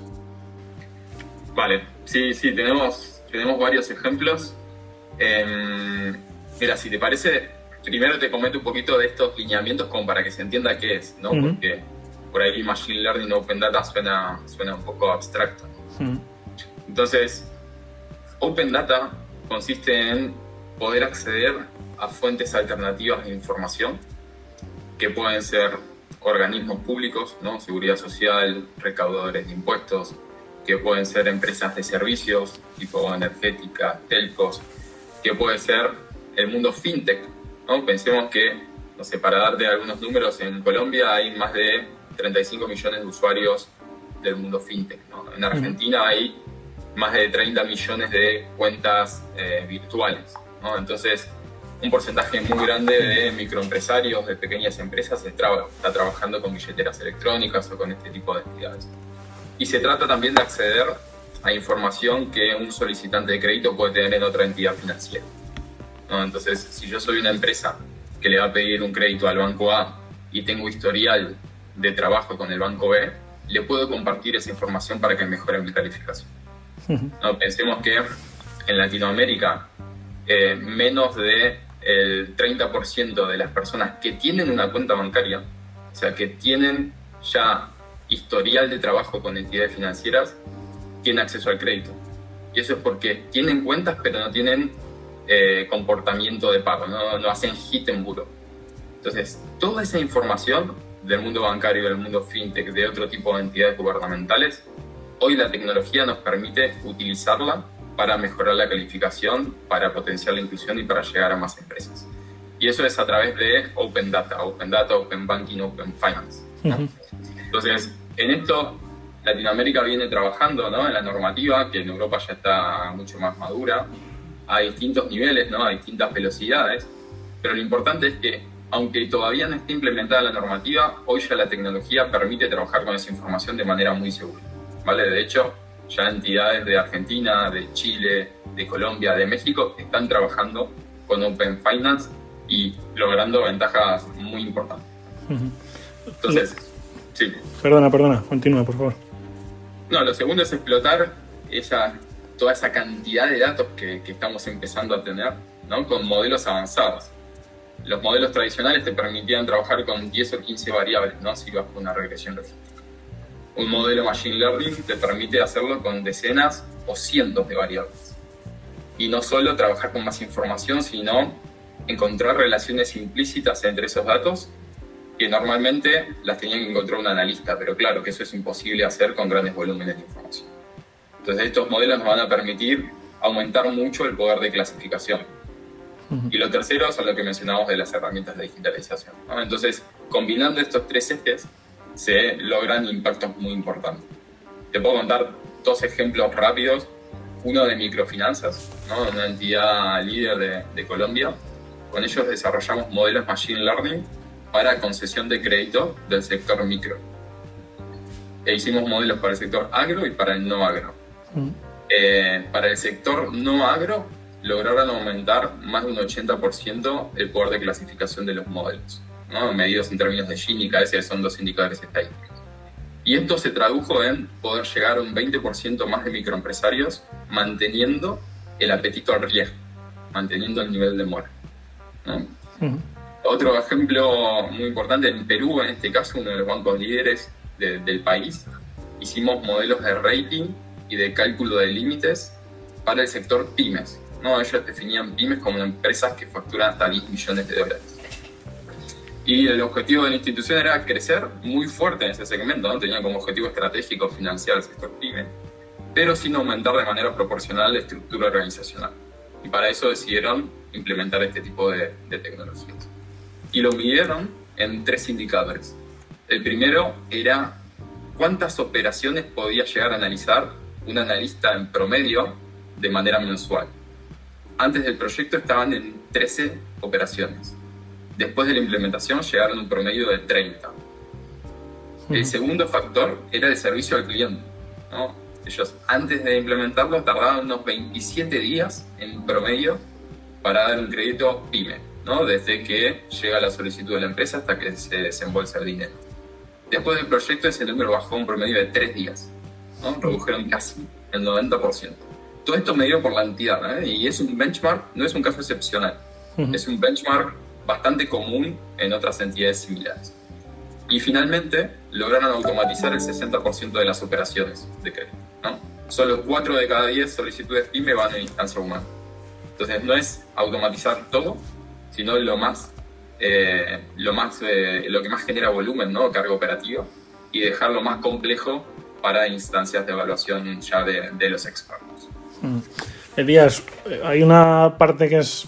Vale, sí, sí, tenemos, tenemos varios ejemplos. Eh, mira, si te parece, primero te comento un poquito de estos lineamientos como para que se entienda qué es, ¿no? Uh-huh. Porque por ahí Machine Learning o Open Data suena, suena un poco abstracto. Uh-huh. Entonces, Open Data consiste en poder acceder a fuentes alternativas de información que pueden ser organismos públicos, ¿no? Seguridad social, recaudadores de impuestos, que pueden ser empresas de servicios tipo energética, telcos, que puede ser el mundo fintech, ¿no? Pensemos que, no sé, para darte algunos números, en Colombia hay más de treinta y cinco millones de usuarios del mundo fintech, ¿no? En Argentina hay más de treinta millones de cuentas eh, virtuales, ¿no? Entonces, un porcentaje muy grande de microempresarios, de pequeñas empresas, está, está trabajando con billeteras electrónicas o con este tipo de actividades. Y se trata también de acceder a información que un solicitante de crédito puede tener en otra entidad financiera, ¿no? Entonces, si yo soy una empresa que le va a pedir un crédito al banco A y tengo historial de trabajo con el banco B, le puedo compartir esa información para que mejore mi calificación. ¿No? Pensemos que en Latinoamérica eh, menos del treinta por ciento de las personas que tienen una cuenta bancaria, o sea, que tienen ya historial de trabajo con entidades financieras, tienen acceso al crédito. Y eso es porque tienen cuentas pero no tienen eh, comportamiento de pago, no, no hacen hit en buro. Entonces, toda esa información del mundo bancario, del mundo fintech, de otro tipo de entidades gubernamentales, hoy la tecnología nos permite utilizarla para mejorar la calificación, para potenciar la inclusión y para llegar a más empresas. Y eso es a través de Open Data, Open Data, Open Banking, Open Finance, ¿no? Uh-huh. Entonces, en esto Latinoamérica viene trabajando, ¿no? En la normativa, que en Europa ya está mucho más madura, a distintos niveles, ¿no? A distintas velocidades, pero lo importante es que, aunque todavía no esté implementada la normativa, hoy ya la tecnología permite trabajar con esa información de manera muy segura, ¿vale? De hecho, ya entidades de Argentina, de Chile, de Colombia, de México están trabajando con Open Finance y logrando ventajas muy importantes. Entonces, sí. Perdona, perdona, continúa, por favor. No, lo segundo es explotar esa, toda esa cantidad de datos que, que estamos empezando a tener, ¿no? Con modelos avanzados. Los modelos tradicionales te permitían trabajar con diez o quince variables, ¿no? Si ibas con una regresión logística. Un modelo Machine Learning te permite hacerlo con decenas o cientos de variables. Y no solo trabajar con más información, sino encontrar relaciones implícitas entre esos datos que normalmente las tenía que encontrar un analista, pero claro que eso es imposible hacer con grandes volúmenes de información. Entonces estos modelos nos van a permitir aumentar mucho el poder de clasificación. Uh-huh. Y lo tercero son lo que mencionamos de las herramientas de digitalización, ¿no? Entonces, combinando estos tres ejes, se logran impactos muy importantes. Te puedo contar dos ejemplos rápidos. Uno de microfinanzas, ¿no? Una entidad líder de, de Colombia. Con ellos desarrollamos modelos Machine Learning para concesión de crédito del sector micro. E hicimos modelos para el sector agro y para el no agro. Mm. Eh, para el sector no agro, lograron aumentar más de un ochenta por ciento el poder de clasificación de los modelos, ¿no? Medidos en términos de Gini y K S, son dos indicadores estadísticos. Y esto se tradujo en poder llegar a un veinte por ciento más de microempresarios manteniendo el apetito al riesgo, manteniendo el nivel de mora, ¿no? Uh-huh. Otro ejemplo muy importante, en Perú, en este caso, uno de los bancos líderes de, del país, hicimos modelos de rating y de cálculo de límites para el sector pymes, ¿no? Ellos definían pymes como empresas que facturan hasta diez millones de dólares. Y el objetivo de la institución era crecer muy fuerte en ese segmento, ¿no? Tenía como objetivo estratégico financiar el sector pyme, pero sin aumentar de manera proporcional la estructura organizacional. Y para eso decidieron implementar este tipo de, de tecnologías. Y lo midieron en tres indicadores. El primero era cuántas operaciones podía llegar a analizar un analista en promedio de manera mensual. Antes del proyecto estaban en trece operaciones. Después de la implementación llegaron a un promedio de treinta. El segundo factor era el servicio al cliente, ¿no? Ellos, antes de implementarlo, tardaban unos veintisiete días en promedio para dar un crédito pyme, ¿no? Desde que llega la solicitud de la empresa hasta que se desembolsa el dinero. Después del proyecto, ese número bajó a un promedio de tres días, ¿no? Redujeron casi el noventa por ciento. Todo esto medido por la entidad, ¿eh? Y es un benchmark, no es un caso excepcional. Uh-huh. Es un benchmark bastante común en otras entidades similares. Y finalmente, lograron automatizar el sesenta por ciento de las operaciones de crédito, ¿no? Solo cuatro de cada diez solicitudes pyme van en instancia humana. Entonces, no es automatizar todo, sino lo más, eh, lo, más eh, lo que más genera volumen, ¿no? Carga operativa, y dejarlo más complejo para instancias de evaluación ya de, de los expertos. Mm. Elías, hay una parte que es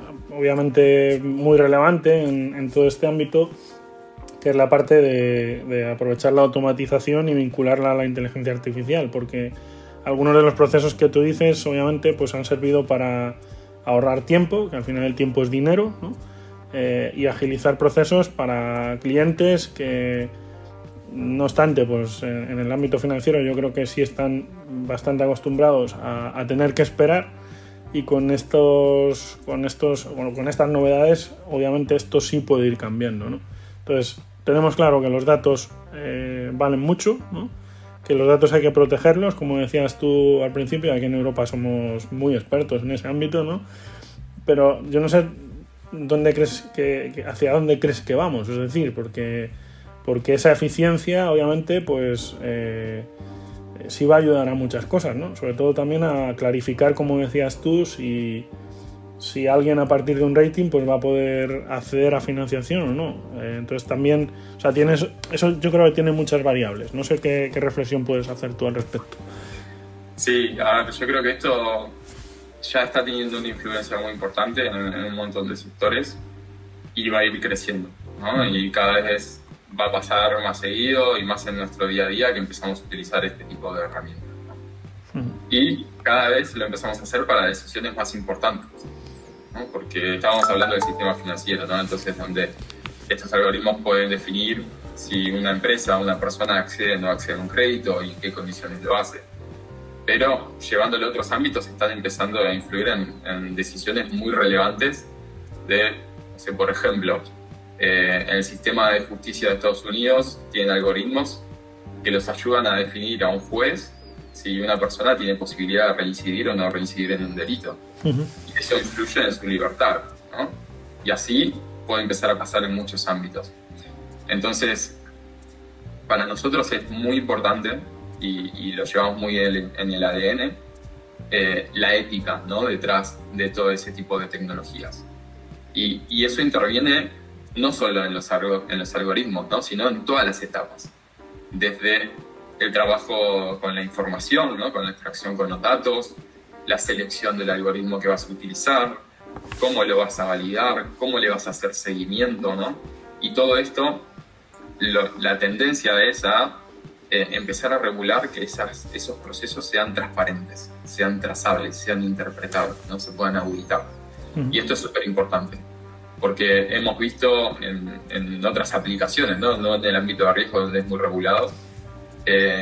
obviamente muy relevante en, en todo este ámbito, que es la parte de, de aprovechar la automatización y vincularla a la inteligencia artificial, porque algunos de los procesos que tú dices obviamente pues han servido para ahorrar tiempo, que al final el tiempo es dinero, ¿no? Eh, y agilizar procesos para clientes que, no obstante, pues en, en el ámbito financiero yo creo que sí están bastante acostumbrados a, a tener que esperar, y con estos, con estos, bueno, con estas novedades obviamente esto sí puede ir cambiando, ¿no? Entonces tenemos claro que los datos eh, valen mucho, ¿no? Que los datos hay que protegerlos, como decías tú al principio, aquí en Europa somos muy expertos en ese ámbito, ¿no? Pero yo no sé dónde crees que, que hacia dónde crees que vamos, es decir, porque, porque esa eficiencia obviamente pues eh, sí va a ayudar a muchas cosas, ¿no? Sobre todo también a clarificar, como decías tú, si, si alguien a partir de un rating pues va a poder acceder a financiación o no. Eh, entonces también, o sea, tienes, eso yo creo que tiene muchas variables. No sé qué, qué reflexión puedes hacer tú al respecto. Sí, a ver, yo creo que esto ya está teniendo una influencia muy importante en, en un montón de sectores y va a ir creciendo, ¿no? Y cada vez va a pasar más seguido y más en nuestro día a día que empezamos a utilizar este tipo de herramientas, ¿no? Uh-huh. Y cada vez lo empezamos a hacer para decisiones más importantes, ¿no? Porque estábamos hablando del sistema financiero, ¿no? Entonces, donde estos algoritmos pueden definir si una empresa o una persona accede o no accede a un crédito y en qué condiciones lo hace. Pero llevándolo a otros ámbitos están empezando a influir en, en decisiones muy relevantes de, no sé, por ejemplo, eh, en el sistema de justicia de Estados Unidos tienen algoritmos que los ayudan a definir a un juez si una persona tiene posibilidad de reincidir o no reincidir en un delito. Uh-huh. Y eso influye en su libertad, ¿no? Y así puede empezar a pasar en muchos ámbitos. Entonces, para nosotros es muy importante, y, y lo llevamos muy en el, en el A D N, eh, la ética, ¿no? Detrás de todo ese tipo de tecnologías. Y, y eso interviene no solo en los, en los algoritmos, ¿no? Sino en todas las etapas. Desde el trabajo con la información, ¿no? Con la extracción con los datos, la selección del algoritmo que vas a utilizar, cómo lo vas a validar, cómo le vas a hacer seguimiento, ¿no? Y todo esto, lo, la tendencia es a eh, empezar a regular que esas, esos procesos sean transparentes, sean trazables, sean interpretables, no se puedan auditar. Uh-huh. Y esto es súper importante, porque hemos visto en, en otras aplicaciones, ¿no? No en el ámbito de riesgo donde es muy regulado, eh,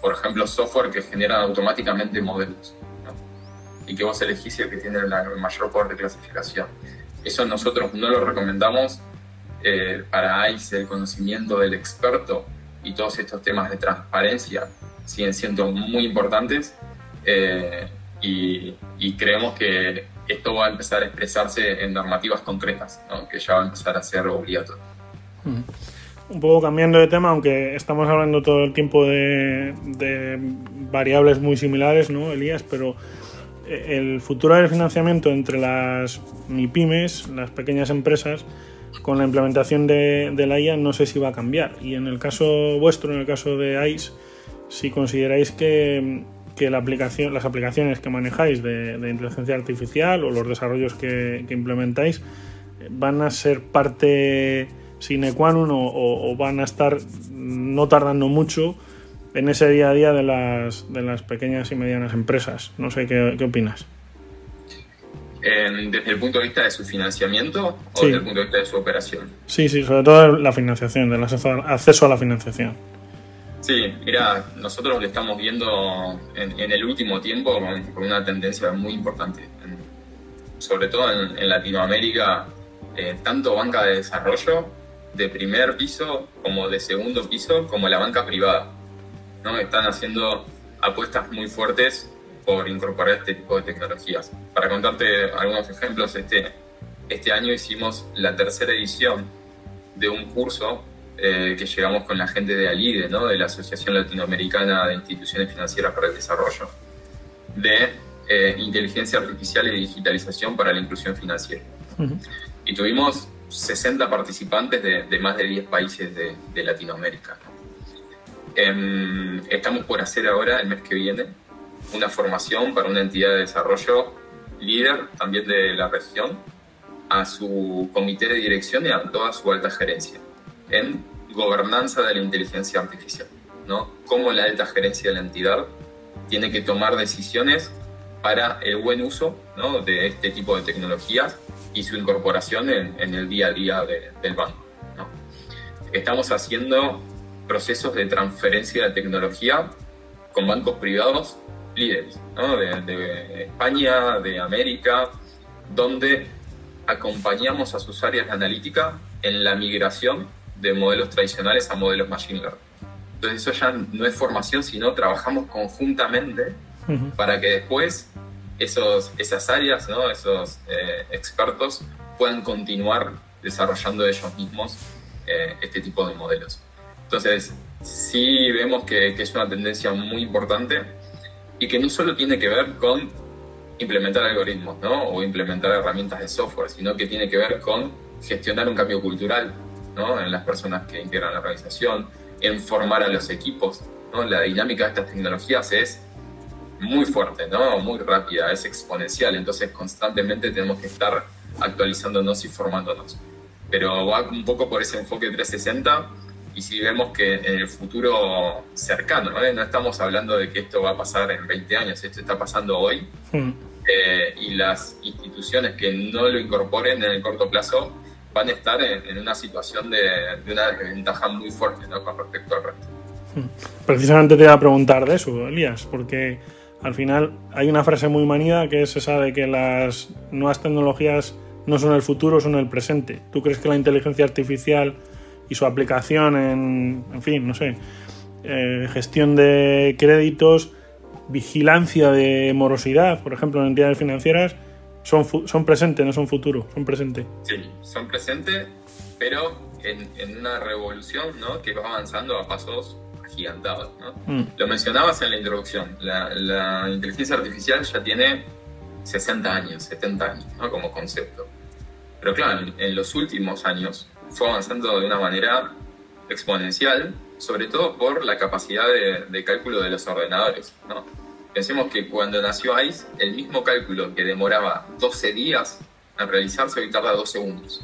por ejemplo, software que genera automáticamente modelos, ¿no? Y que vos elegís el que tiene la, el mayor poder de clasificación. Eso nosotros no lo recomendamos. Eh, para I C E el conocimiento del experto y todos estos temas de transparencia siguen siendo muy importantes, eh, y, y creemos que esto va a empezar a expresarse en normativas concretas, ¿no? Que ya va a empezar a ser obligatorio. Mm. Un poco cambiando de tema, aunque estamos hablando todo el tiempo de, de variables muy similares, ¿no, Elías? Pero el futuro del financiamiento entre las MIPYMES, las pequeñas empresas, con la implementación de, de la I A no sé si va a cambiar. Y en el caso vuestro, en el caso de I C E, si consideráis que, que la aplicación, las aplicaciones que manejáis de, de inteligencia artificial o los desarrollos que, que implementáis van a ser parte sine qua non o, o, o van a estar no tardando mucho en ese día a día de las, de las pequeñas y medianas empresas. No sé, ¿qué, qué opinas? ¿Desde el punto de vista de su financiamiento o sí. desde el punto de vista de su operación? Sí, sí, sobre todo la financiación, del acceso a la financiación. Sí, mira, nosotros lo estamos viendo en, en el último tiempo con, con una tendencia muy importante. En, sobre todo en, en Latinoamérica, eh, tanto banca de desarrollo de primer piso como de segundo piso, como la banca privada, ¿no? Están haciendo apuestas muy fuertes por incorporar este tipo de tecnologías. Para contarte algunos ejemplos, este, este año hicimos la tercera edición de un curso eh, que llegamos con la gente de ALIDE, ¿no? De la Asociación Latinoamericana de Instituciones Financieras para el Desarrollo, de eh, inteligencia artificial y digitalización para la inclusión financiera. Uh-huh. Y tuvimos sesenta participantes de, de más de diez países de, de Latinoamérica. Eh, estamos por hacer ahora, el mes que viene, una formación para una entidad de desarrollo líder también de la región, a su comité de dirección y a toda su alta gerencia en gobernanza de la inteligencia artificial, ¿no? Cómo la alta gerencia de la entidad tiene que tomar decisiones para el buen uso, ¿no? De este tipo de tecnologías y su incorporación en, en el día a día de, del banco, ¿no? Estamos haciendo procesos de transferencia de tecnología con bancos privados líderes, ¿no? de, de España, de América, donde acompañamos a sus áreas de analítica en la migración de modelos tradicionales a modelos machine learning. Entonces eso ya no es formación, sino trabajamos conjuntamente uh-huh. para que después esos, esas áreas, ¿no? esos eh, expertos puedan continuar desarrollando ellos mismos eh, este tipo de modelos. Entonces sí vemos que, que es una tendencia muy importante y que no solo tiene que ver con implementar algoritmos, ¿no? o implementar herramientas de software, sino que tiene que ver con gestionar un cambio cultural, ¿no? en las personas que integran la organización, en formar a los equipos, ¿no? La dinámica de estas tecnologías es muy fuerte, ¿no? muy rápida, es exponencial, entonces constantemente tenemos que estar actualizándonos y formándonos. Pero va un poco por ese enfoque trescientos sesenta. Y si vemos que en el futuro cercano, ¿no? no estamos hablando de que esto va a pasar en veinte años, esto está pasando hoy, mm. eh, y las instituciones que no lo incorporen en el corto plazo van a estar en, en una situación de, de una desventaja muy fuerte, ¿no? con respecto al resto. Precisamente te iba a preguntar de eso, Elías, porque al final hay una frase muy manida que es esa de que las nuevas tecnologías no son el futuro, son el presente. ¿Tú crees que la inteligencia artificial y su aplicación en, en fin, no sé, eh, gestión de créditos, vigilancia de morosidad, por ejemplo, en entidades financieras, son, fu- son presente, no son futuro, son presente? Sí, son presente, pero en, en una revolución, ¿no? que va avanzando a pasos agigantados, ¿no? Mm. Lo mencionabas en la introducción, la, la inteligencia artificial ya tiene sesenta años, setenta años, ¿no? como concepto. Pero claro, en, en los últimos años fue avanzando de una manera exponencial, sobre todo por la capacidad de, de cálculo de los ordenadores, ¿no? Pensemos que cuando nació I C E, el mismo cálculo que demoraba doce días en realizarse hoy tarda dos segundos.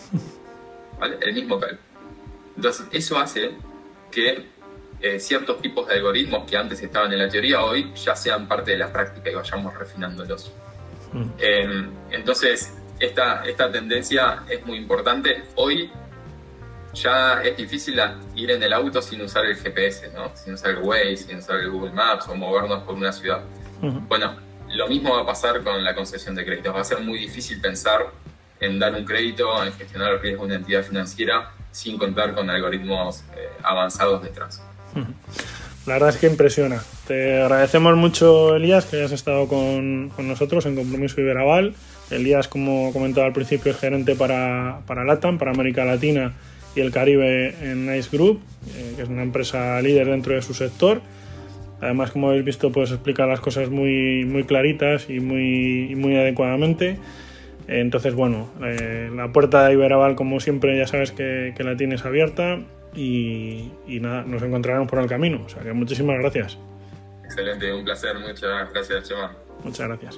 ¿Vale? El mismo cálculo. Entonces, eso hace que eh, ciertos tipos de algoritmos que antes estaban en la teoría, hoy ya sean parte de la práctica y vayamos refinándolos. Mm. Eh, entonces, esta, esta tendencia es muy importante. Hoy, ya es difícil ir en el auto sin usar el G P S, ¿no? Sin usar el Waze, sin usar el Google Maps o movernos por una ciudad. Uh-huh. Bueno, lo mismo va a pasar con la concesión de créditos. Va a ser muy difícil pensar en dar un crédito, en gestionar el riesgo de una entidad financiera sin contar con algoritmos eh, avanzados detrás. Uh-huh. La verdad es que impresiona. Te agradecemos mucho, Elías, que hayas estado con, con nosotros en Compromiso Iberaval. Elías, como comentaba al principio, es gerente para, para LATAM, para América Latina y el Caribe en Nice Group, eh, que es una empresa líder dentro de su sector. Además, como habéis visto, pues explica las cosas muy, muy claritas y muy, y muy adecuadamente. Entonces, bueno, eh, la puerta de Iberaval, como siempre, ya sabes que, que la tienes abierta. Y, y nada, nos encontraremos por el camino. O sea que muchísimas gracias. Excelente, un placer. Muchas gracias, Chema. Muchas gracias.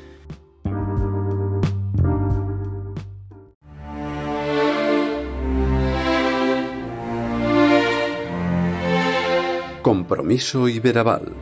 Compromiso Iberaval.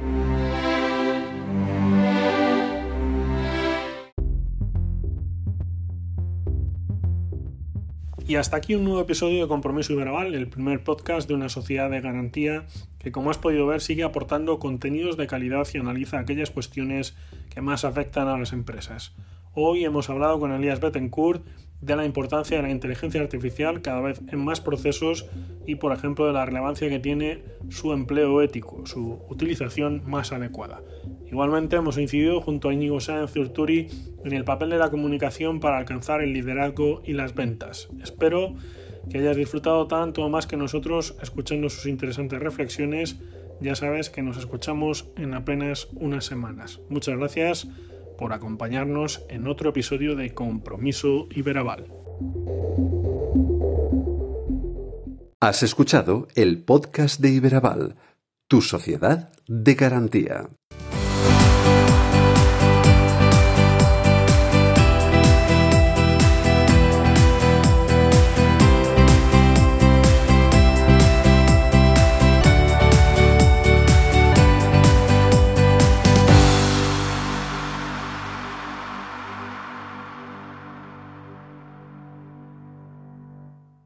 Y hasta aquí un nuevo episodio de Compromiso Iberaval, el primer podcast de una sociedad de garantía que, como has podido ver, sigue aportando contenidos de calidad y analiza aquellas cuestiones que más afectan a las empresas. Hoy hemos hablado con Elías Bettencourt de la importancia de la inteligencia artificial cada vez en más procesos y, por ejemplo, de la relevancia que tiene su empleo ético, su utilización más adecuada. Igualmente hemos incidido junto a Íñigo Sáenz de Urturi en el papel de la comunicación para alcanzar el liderazgo y las ventas. Espero que hayas disfrutado tanto o más que nosotros escuchando sus interesantes reflexiones. Ya sabes que nos escuchamos en apenas unas semanas. Muchas gracias por acompañarnos en otro episodio de Compromiso Iberaval. Has escuchado el podcast de Iberaval, tu sociedad de garantía.